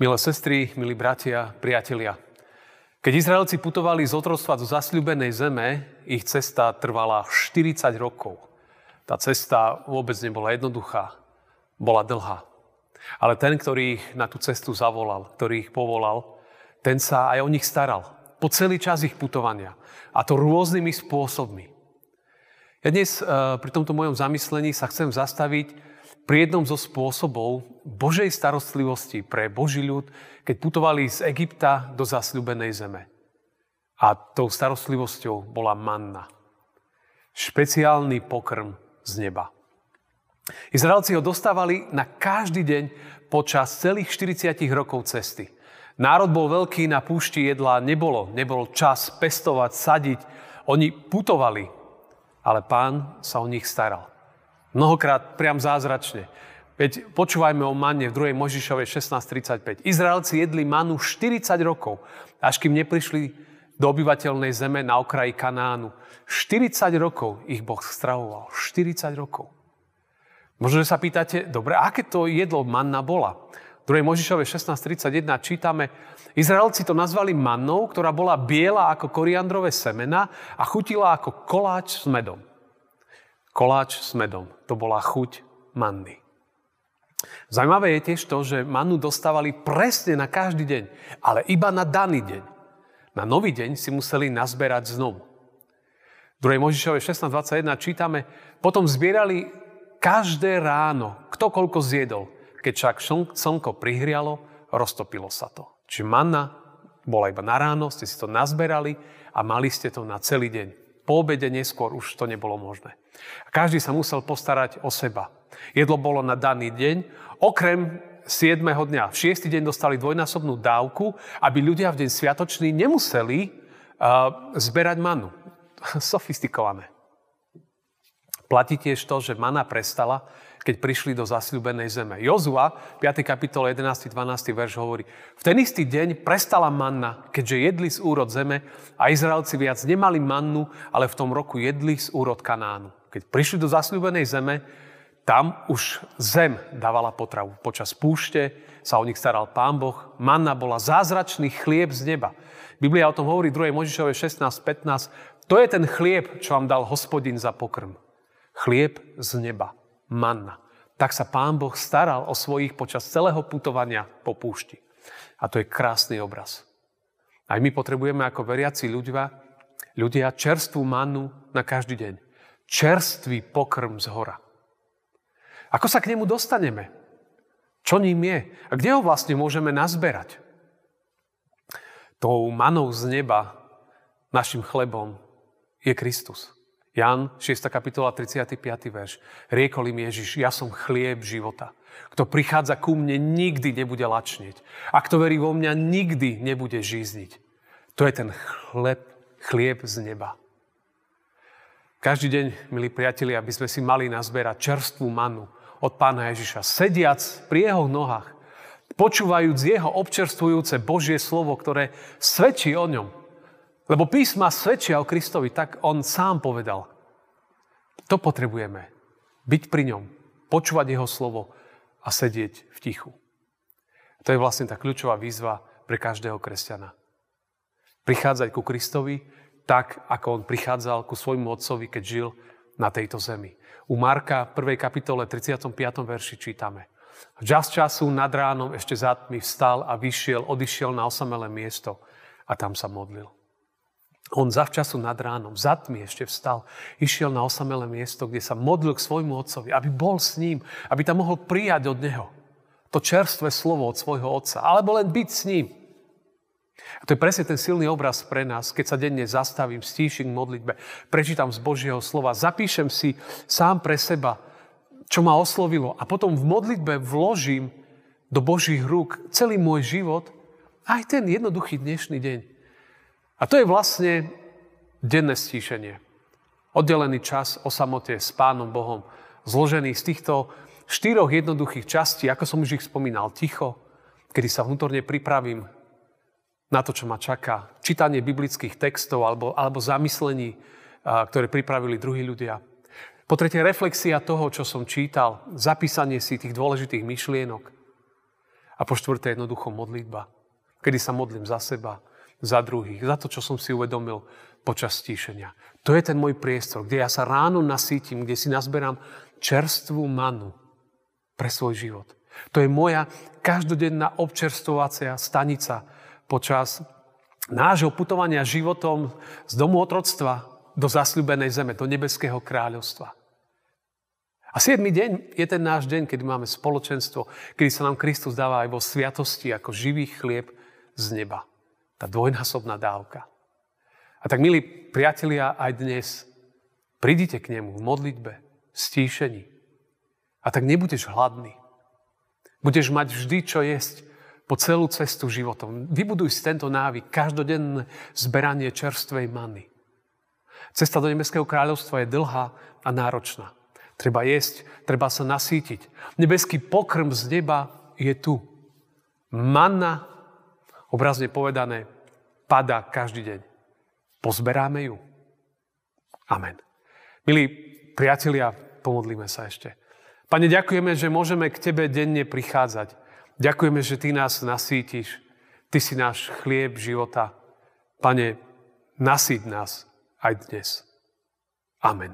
Milé sestry, milí bratia, priatelia. Keď Izraelci putovali z otroctva do zasľúbenej zeme, ich cesta trvala 40 rokov. Tá cesta vôbec nebola jednoduchá, bola dlhá. Ale ten, ktorý ich na tú cestu zavolal, ktorý ich povolal, ten sa aj o nich staral. Po celý čas ich putovania. A to rôznymi spôsobmi. Ja dnes pri tomto mojom zamyslení sa chcem zastaviť pri jednom zo spôsobov Božej starostlivosti pre Boží ľud, keď putovali z Egypta do zasľúbenej zeme. A tou starostlivosťou bola manna. Špeciálny pokrm z neba. Izraelci ho dostávali na každý deň počas celých 40 rokov cesty. Národ bol veľký, na púšti jedla nebolo čas pestovať, sadiť. Oni putovali, ale Pán sa o nich staral. Mnohokrát priam zázračne. Veď počúvajme o manne v 2. Mojžišovej 16.35. Izraelci jedli manu 40 rokov, až kým neprišli do obyvateľnej zeme na okraji Kanánu. 40 rokov ich Boh stravoval. 40 rokov. Možno, že sa pýtate, dobre, aké to jedlo manna bola? V 2. Mojžišovej 16.31 čítame, Izraelci to nazvali mannou, ktorá bola biela ako koriandrové semena a chutila ako koláč s medom. Koláč s medom. To bola chuť manny. Zajímavé je tiež to, že mannu dostávali presne na každý deň, ale iba na daný deň. Na nový deň si museli nazberať znovu. V 2. Mojžišovej 16.21 čítame, potom zbierali každé ráno, kto koľko zjedol. Keď však slnko prihrialo, roztopilo sa to. Čiže manna bola iba na ráno, ste si to nazberali a mali ste to na celý deň. Po obede neskôr už to nebolo možné. Každý sa musel postarať o seba. Jedlo bolo na daný deň, okrem 7. dňa. V 6. deň dostali dvojnásobnú dávku, aby ľudia v deň sviatočný nemuseli zberať manu. Sofistikované. Platí tiež to, že mana prestala, keď prišli do zasľúbenej zeme. Jozua, 5. kapitole 11. 12. verš hovorí, v ten istý deň prestala manna, keďže jedli z úrod zeme a Izraelci viac nemali mannu, ale v tom roku jedli z úrod Kanánu. Keď prišli do zasľúbenej zeme, tam už zem dávala potravu. Počas púšte sa o nich staral Pán Boh. Manna bola zázračný chlieb z neba. Biblia o tom hovorí 2. Mojžišovej 16.15. To je ten chlieb, čo vám dal Hospodin za pokrm. Chlieb z neba. Manna. Tak sa Pán Boh staral o svojich počas celého putovania po púšti. A to je krásny obraz. Aj my potrebujeme ako veriaci ľudia čerstvú mannu na každý deň. Čerstvý pokrm z hora. Ako sa k nemu dostaneme? Čo ním je? A kde ho vlastne môžeme nazberať? Tou manou z neba, našim chlebom, je Kristus. Ján, 6. kapitola, 35. verš. Riekol im Ježiš, ja som chlieb života. Kto prichádza ku mne, nikdy nebude lačnieť. A kto verí vo mňa, nikdy nebude žízniť. To je ten chlieb z neba. Každý deň, milí priatelia, aby sme si mali nazberať čerstvú manu od Pána Ježiša, sediac pri jeho nohách, počúvajúc jeho občerstvujúce Božie slovo, ktoré svedčí o ňom. Lebo písma svedčia o Kristovi, tak on sám povedal. To potrebujeme. Byť pri ňom, počúvať jeho slovo a sedieť v tichu. To je vlastne tá kľúčová výzva pre každého kresťana. Prichádzať ku Kristovi tak, ako on prichádzal ku svojmu otcovi, keď žil na tejto zemi. U Marka 1. kapitole 35. verši čítame. Včas času nad ránom ešte za tmy vstal a odišiel na osamelé miesto a tam sa modlil. On zavčasu nad ránom, za tmy ešte vstal, išiel na osamelé miesto, kde sa modlil k svojmu otcovi, aby bol s ním, aby tam mohol prijať od neho to čerstvé slovo od svojho otca, alebo len byť s ním. A to je presne ten silný obraz pre nás, keď sa denne zastavím, stíšim k modlitbe, prečítam z Božieho slova, zapíšem si sám pre seba, čo ma oslovilo a potom v modlitbe vložím do Božích rúk celý môj život, aj ten jednoduchý dnešný deň. A to je vlastne denné stíšenie. Oddelený čas o samote s Pánom Bohom, zložený z týchto 4 jednoduchých častí, ako som už ich spomínal, ticho, kedy sa vnútorne pripravím na to, čo ma čaká, čítanie biblických textov alebo zamyslení, ktoré pripravili druhí ľudia. Po tretie, reflexia toho, čo som čítal, zapísanie si tých dôležitých myšlienok. A A po štvrté jednoducho modlitba. Kedy sa modlím za seba, za druhých, za to, čo som si uvedomil počas stíšenia. To je ten môj priestor, kde ja sa ráno nasítim, kde si nazberám čerstvú manu pre svoj život. To je moja každodenná občerstvovacia stanica počas nášho putovania životom z domu otroctva do zasľúbenej zeme, do nebeského kráľovstva. A 7. deň je ten náš deň, kedy máme spoločenstvo, kedy sa nám Kristus dáva aj vo sviatosti ako živý chlieb z neba. Tá dvojnásobná dávka. A tak, milí priatelia, aj dnes prídite k nemu v modlitbe, v stíšení. A tak nebudeš hladný. Budeš mať vždy čo jesť po celú cestu životom. Vybuduj si tento návyk, každodenné zberanie čerstvej many. Cesta do nebeského kráľovstva je dlhá a náročná. Treba jesť, treba sa nasýtiť. Nebeský pokrm z neba je tu. Manna, obrazne povedané, padá každý deň. Pozberáme ju. Amen. Milí priatelia, pomodlíme sa ešte. Pane, ďakujeme, že môžeme k Tebe denne prichádzať. Ďakujeme, že Ty nás nasýtiš. Ty si náš chlieb života. Pane, nasýť nás aj dnes. Amen.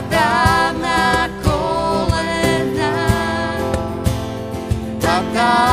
God.